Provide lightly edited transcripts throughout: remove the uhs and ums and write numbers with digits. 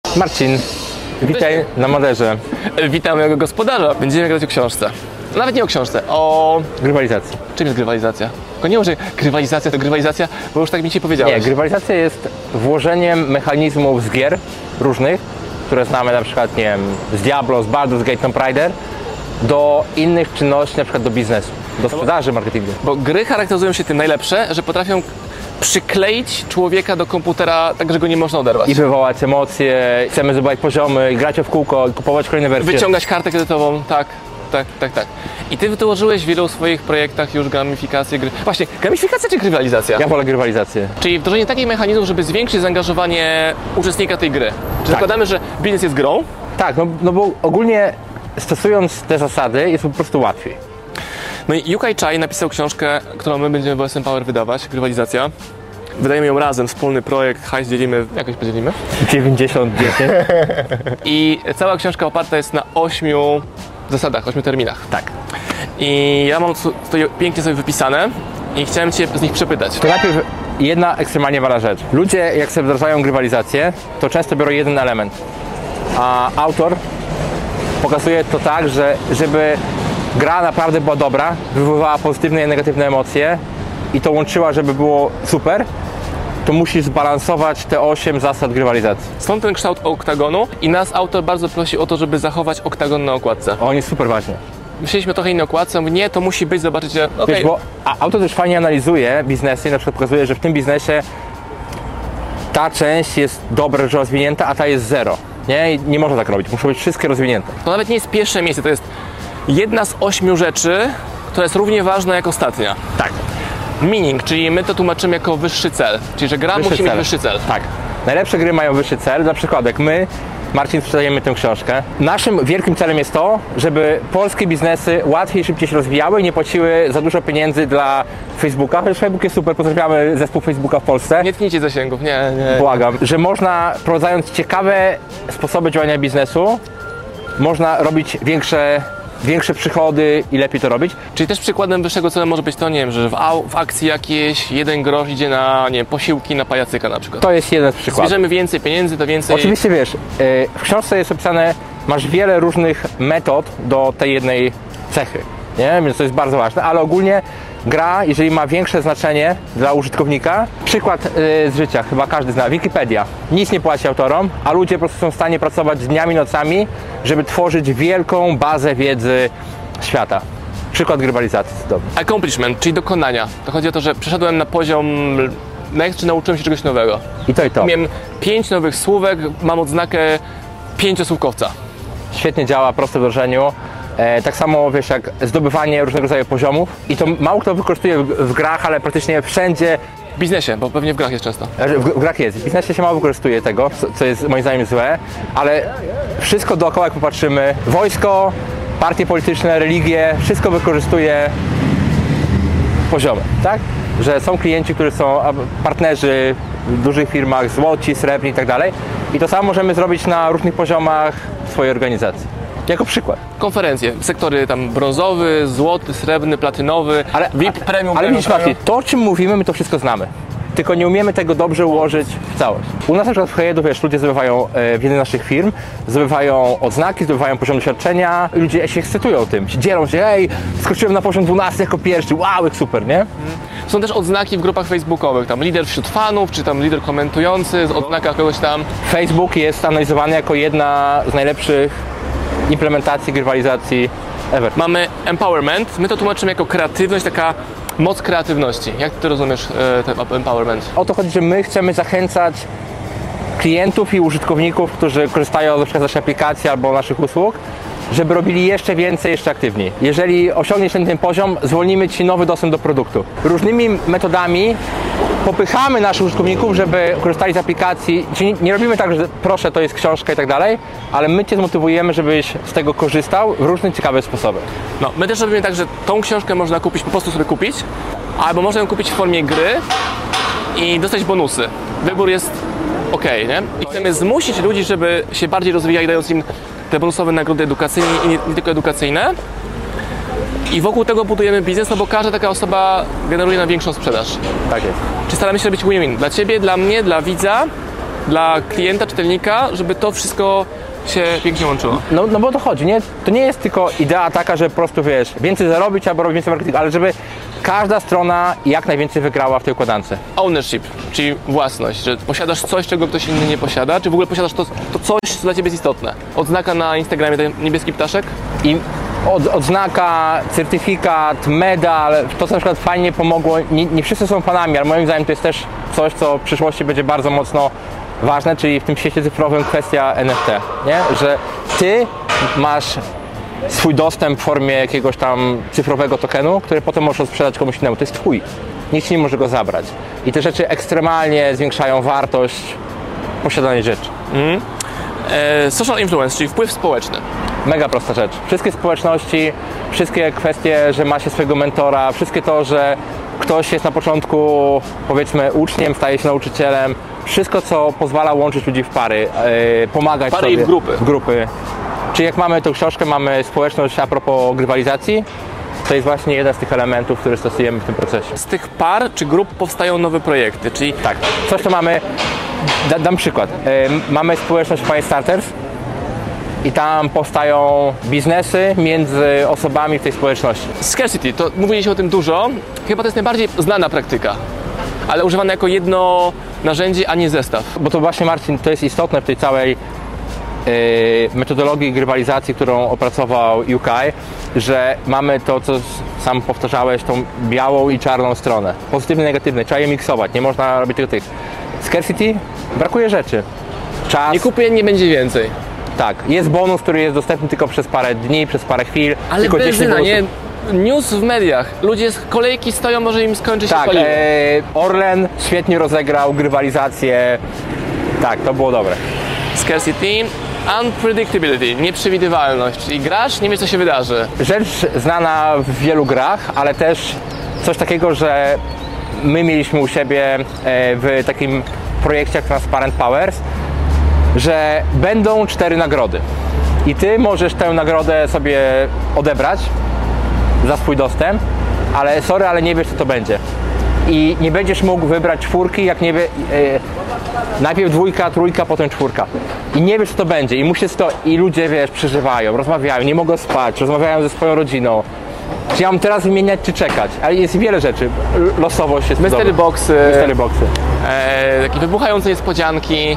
Marcin, witaj na Maderze. Witam mojego gospodarza. Będziemy gadać o książce. Nawet nie o książce, o... Grywalizacji. Czym jest grywalizacja? Tylko nie może grywalizacja to grywalizacja, bo już tak mi dzisiaj powiedziałeś. Nie, grywalizacja jest włożeniem mechanizmów z gier różnych, które znamy na przykład, nie wiem, z Diablo, z Baldur's Gate, Tomb Raider, do innych czynności, na przykład do biznesu, do sprzedaży, marketingu. Bo gry charakteryzują się tym najlepsze, że potrafią przykleić człowieka do komputera tak, że go nie można oderwać. I wywołać emocje, chcemy zdobywać poziomy, grać w kółko i kupować kolejne wersje. Wyciągać kartę kredytową, tak. I ty wyłożyłeś w wielu swoich projektach już gamifikację gry. Właśnie, gamifikacja czy grywalizacja? Ja wolę grywalizację. Czyli wdrożenie takich mechanizmów, żeby zwiększyć zaangażowanie uczestnika tej gry. Czy zakładamy, że biznes jest grą? Tak, no bo ogólnie stosując te zasady jest po prostu łatwiej. No i Yukai Chai napisał książkę, którą my będziemy w OSM Power wydawać, grywalizacja. Wydajemy ją razem, wspólny projekt, hajs dzielimy, jakoś podzielimy? 90-10. I cała książka oparta jest na 8 zasadach, 8 terminach. Tak. I ja mam to pięknie sobie wypisane i chciałem Cię z nich przepytać. To najpierw jedna ekstremalnie ważna rzecz. Ludzie, jak sobie wdrażają grywalizację, to często biorą jeden element. A autor pokazuje to tak, że żeby gra naprawdę była dobra, wywoływała pozytywne i negatywne emocje i to łączyła, żeby było super, to musisz zbalansować te 8 zasad grywalizacji. Stąd ten kształt oktagonu i nas autor bardzo prosi o to, żeby zachować oktagon na okładce. On jest super ważny. Myśleliśmy o trochę innej okładce, mówię, nie, to musi być, zobaczycie. Okay. Wiesz, bo autor też fajnie analizuje biznesy i na przykład pokazuje, że w tym biznesie ta część jest dobra, że rozwinięta, a ta jest zero. Nie? I nie można tak robić, muszą być wszystkie rozwinięte. To nawet nie jest pierwsze miejsce, to jest jedna z 8 rzeczy, która jest równie ważna jak ostatnia. Tak. Meaning, czyli my to tłumaczymy jako wyższy cel, czyli że gra musi mieć wyższy cel. Tak. Najlepsze gry mają wyższy cel, dla przykładu jak my, Marcin, sprzedajemy tę książkę. Naszym wielkim celem jest to, żeby polskie biznesy łatwiej, szybciej się rozwijały i nie płaciły za dużo pieniędzy dla Facebooka. Chociaż Facebook jest super, pozdrawiamy zespół Facebooka w Polsce. Nie tknijcie zasięgów, nie. Błagam, że można, wprowadzając ciekawe sposoby działania biznesu, można robić większe przychody i lepiej to robić. Czyli też przykładem wyższego celu może być to, nie wiem, że w akcji jakieś 1 grosz idzie na, nie wiem, posiłki na pajacyka na przykład. To jest jeden z przykładów. Zbierzemy więcej pieniędzy, to więcej... Oczywiście wiesz, w książce jest opisane, masz wiele różnych metod do tej jednej cechy, nie? Więc to jest bardzo ważne, ale ogólnie gra, jeżeli ma większe znaczenie dla użytkownika, przykład z życia, chyba każdy zna, Wikipedia. Nic nie płaci autorom, a ludzie po prostu są w stanie pracować dniami, nocami, żeby tworzyć wielką bazę wiedzy świata. Przykład grywalizacji. Accomplishment, czyli dokonania. To chodzi o to, że przeszedłem na poziom next, czy nauczyłem się czegoś nowego. I to i to. Miałem 5 nowych słówek, mam odznakę 5-słówkowca. Świetnie działa, proste w wdrożeniu. Tak samo, wiesz, jak zdobywanie różnego rodzaju poziomów i to mało kto wykorzystuje w grach, ale praktycznie wszędzie. W biznesie, bo pewnie w grach jest często. W grach jest. W biznesie się mało wykorzystuje tego, co jest moim zdaniem złe, ale wszystko dookoła, jak popatrzymy, wojsko, partie polityczne, religie, wszystko wykorzystuje poziomy, tak? Że są klienci, którzy są partnerzy w dużych firmach, złoci, srebrni i tak dalej. I to samo możemy zrobić na różnych poziomach swojej organizacji. Jako przykład. Konferencje, sektory tam brązowy, złoty, srebrny, platynowy, VIP, premium. Ale widzisz, Marcin, to o czym mówimy, my to wszystko znamy. Tylko nie umiemy tego dobrze ułożyć w całość. U nas na przykład w Hejedu, wiesz, ludzie zdobywają w jednej z naszych firm, zdobywają odznaki, zdobywają poziom doświadczenia i ludzie się ekscytują tym, dzielą się, hej, skoczyłem na poziom 12 jako pierwszy, wow, jak super, nie? Są też odznaki w grupach facebookowych, tam lider wśród fanów, czy tam lider komentujący, z odznaka kogoś tam. Facebook jest analizowany jako jedna z najlepszych implementacji grywalizacji ever. Mamy empowerment, my to tłumaczymy jako kreatywność, taka moc kreatywności. Jak ty rozumiesz ten empowerment? O to chodzi, że my chcemy zachęcać klientów i użytkowników, którzy korzystają na przykład z naszej aplikacji albo naszych usług, żeby robili jeszcze więcej, jeszcze aktywniej. Jeżeli osiągniesz ten poziom, zwolnimy Ci nowy dostęp do produktu. Różnymi metodami popychamy naszych użytkowników, żeby korzystali z aplikacji. Czyli nie robimy tak, że proszę, to jest książka i tak dalej, ale my Cię zmotywujemy, żebyś z tego korzystał w różne ciekawe sposoby. No, my też robimy tak, że tą książkę można kupić, po prostu sobie kupić, albo można ją kupić w formie gry i dostać bonusy. Wybór jest ok, nie? I chcemy zmusić ludzi, żeby się bardziej rozwijali, dając im te bonusowe nagrody edukacyjne i nie tylko edukacyjne. I wokół tego budujemy biznes, no bo każda taka osoba generuje nam większą sprzedaż. Tak jest. Czy staramy się robić win-win? Dla Ciebie, dla mnie, dla widza, dla klienta, czytelnika, żeby to wszystko się pięknie łączyło. No bo o to chodzi, nie? To nie jest tylko idea taka, że po prostu wiesz, więcej zarobić albo robić więcej marketingu, ale żeby każda strona jak najwięcej wygrała w tej układance. Ownership, czyli własność, że posiadasz coś, czego ktoś inny nie posiada, czy w ogóle posiadasz to coś, co dla Ciebie jest istotne. Odznaka na Instagramie, ten niebieski ptaszek? I odznaka, certyfikat, medal, to co na przykład fajnie pomogło, nie wszyscy są fanami, ale moim zdaniem to jest też coś, co w przyszłości będzie bardzo mocno ważne, czyli w tym świecie cyfrowym kwestia NFT, nie? Że Ty masz swój dostęp w formie jakiegoś tam cyfrowego tokenu, który potem możesz sprzedać komuś innemu. To jest Twój. Nikt nie może go zabrać. I te rzeczy ekstremalnie zwiększają wartość posiadanej rzeczy. Social influence, czyli wpływ społeczny. Mega prosta rzecz. Wszystkie społeczności, wszystkie kwestie, że ma się swojego mentora, wszystkie to, że ktoś jest na początku, powiedzmy, uczniem, staje się nauczycielem, wszystko, co pozwala łączyć ludzi w pary, pomagać Pary sobie. i w grupy. W grupy. Czyli jak mamy tą książkę, mamy społeczność a propos grywalizacji, to jest właśnie jeden z tych elementów, które stosujemy w tym procesie. Z tych par czy grup powstają nowe projekty, czyli Tak, coś to mamy, dam przykład, mamy społeczność Firestarters i tam powstają biznesy między osobami w tej społeczności. scarcity, to mówiliśmy o tym dużo, chyba to jest najbardziej znana praktyka, ale używane jako jedno narzędzie, a nie zestaw. Bo to właśnie, Marcin, to jest istotne w tej całej metodologii grywalizacji, którą opracował UKAI, że mamy to, co sam powtarzałeś, tą białą i czarną stronę. Pozytywne i negatywne, trzeba je miksować, nie można robić tylko tych. Scarcity, brakuje rzeczy. Czas. Nie kupię, nie będzie więcej. Tak, jest bonus, który jest dostępny tylko przez parę dni, przez parę chwil. Ale tylko benzyna, 10 nie? bonusów. News w mediach. Ludzie z kolejki stoją, może im skończy się Tak, paliwo. Orlen świetnie rozegrał grywalizację. Tak, to było dobre. Scarcity, unpredictability, nieprzewidywalność, czyli grasz, nie wiesz co się wydarzy. Rzecz znana w wielu grach, ale też coś takiego, że my mieliśmy u siebie w takim projekcie jak Transparent Powers, że będą 4 nagrody i Ty możesz tę nagrodę sobie odebrać za swój dostęp, ale sorry, ale nie wiesz co to będzie. I nie będziesz mógł wybrać 4, jak nie wie, najpierw 2, 3, potem 4. I nie wiesz co to będzie i musisz to, i ludzie, wiesz, przeżywają, rozmawiają, nie mogą spać, rozmawiają ze swoją rodziną. Czy ja mam teraz wymieniać, czy czekać? Ale jest wiele rzeczy. Losowość jest Mystery boxy, Mystery boxy. takie wybuchające niespodzianki,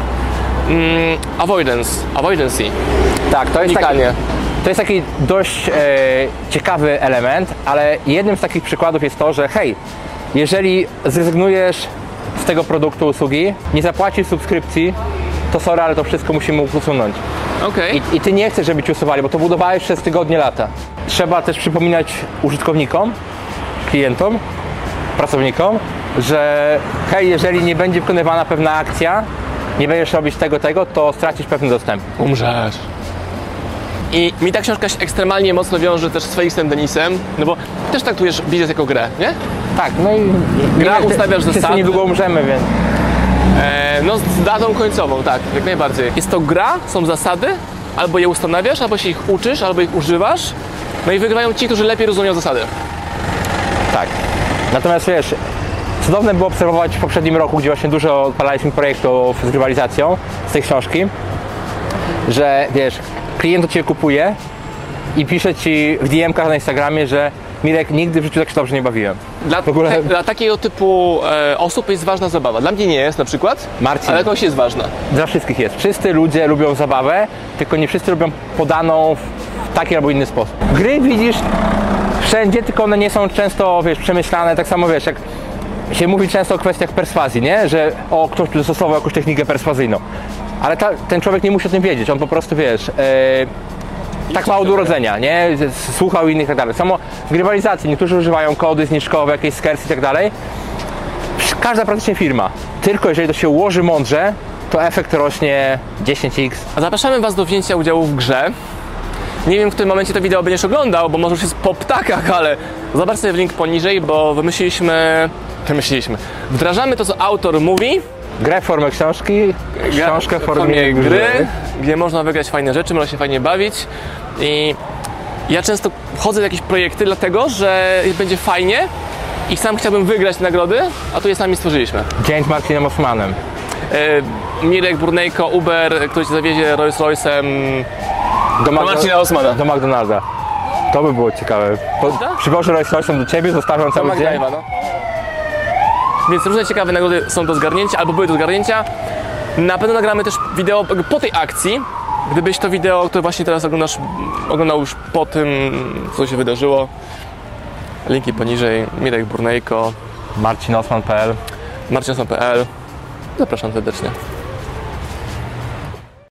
avoidancy, Tak, to jest unikanie. To jest taki dość ciekawy element, ale jednym z takich przykładów jest to, że hej, jeżeli zrezygnujesz z tego produktu, usługi, nie zapłacisz subskrypcji, to sorry, ale to wszystko musimy usunąć. Okej. I Ty nie chcesz, żeby Ci usuwali, bo to budowałeś przez tygodnie, lata. Trzeba też przypominać użytkownikom, klientom, pracownikom, że hej, jeżeli nie będzie wykonywana pewna akcja, nie będziesz robić tego, to stracisz pewny dostęp. Umrzesz. I mi ta książka się ekstremalnie mocno wiąże też z Felixem Denisem, no bo też traktujesz biznes jako grę, nie? Tak, no i Gra, ustawiasz wszyscy zasady. niedługo umrzemy, więc... No z datą końcową, tak, jak najbardziej. Jest to gra, są zasady, albo je ustanawiasz, albo się ich uczysz, albo ich używasz, no i wygrywają ci, którzy lepiej rozumieją zasady. Tak. Natomiast wiesz, cudowne było obserwować w poprzednim roku, gdzie właśnie dużo odpalaliśmy projektów z grywalizacją z tej książki, że wiesz, klient do Ciebie kupuje i pisze Ci w DM-kach na Instagramie, że Mirek, nigdy w życiu tak się dobrze nie bawiłem. Dla, W ogóle- dla takiego typu osób jest ważna zabawa. Dla mnie nie jest na przykład, Marcin. ale kogoś jest ważna. Dla wszystkich jest. Wszyscy ludzie lubią zabawę, tylko nie wszyscy lubią podaną w taki albo inny sposób. Gry widzisz wszędzie, tylko one nie są często, wiesz, przemyślane. Tak samo, wiesz, jak się mówi często o kwestiach perswazji, nie? Że ktoś zastosował jakąś technikę perswazyjną. Ale ten człowiek nie musi o tym wiedzieć. On po prostu, wiesz, tak ma od urodzenia, nie? Słuchał innych i tak dalej. Samo w grywalizacji niektórzy używają kody zniżkowe, jakieś scarce i tak dalej. Każda praktycznie firma. Tylko jeżeli to się ułoży mądrze, to efekt rośnie 10x. A zapraszamy Was do wzięcia udziału w grze. Nie wiem, w którym momencie to wideo będziesz oglądał, bo może już jest po ptakach, ale zobacz sobie link poniżej, bo wdrażamy to, co autor mówi, Grę w formie książki, książkę w formie gry, gdzie można wygrać fajne rzeczy, można się fajnie bawić. I ja często wchodzę w jakieś projekty dlatego, że będzie fajnie i sam chciałbym wygrać te nagrody, a tu je sami stworzyliśmy. Dzień z Marcinem Osmanem. Mirek Burnejko, Uber, który cię zawiezie Rolls Royce'em Do Marcina Osmana. Do McDonalda. To by było ciekawe. Prawda? Przywożę Rolls Royce'em do ciebie, zostawiam cały dzień. McDrive'a, no. Więc różne ciekawe nagrody są do zgarnięcia, albo były do zgarnięcia. Na pewno nagramy też wideo po tej akcji. Gdybyś to wideo, które właśnie teraz oglądał już po tym, co się wydarzyło. Linki poniżej. Mirek Burnejko, marcinosman.pl marcinosman.pl. Zapraszam serdecznie.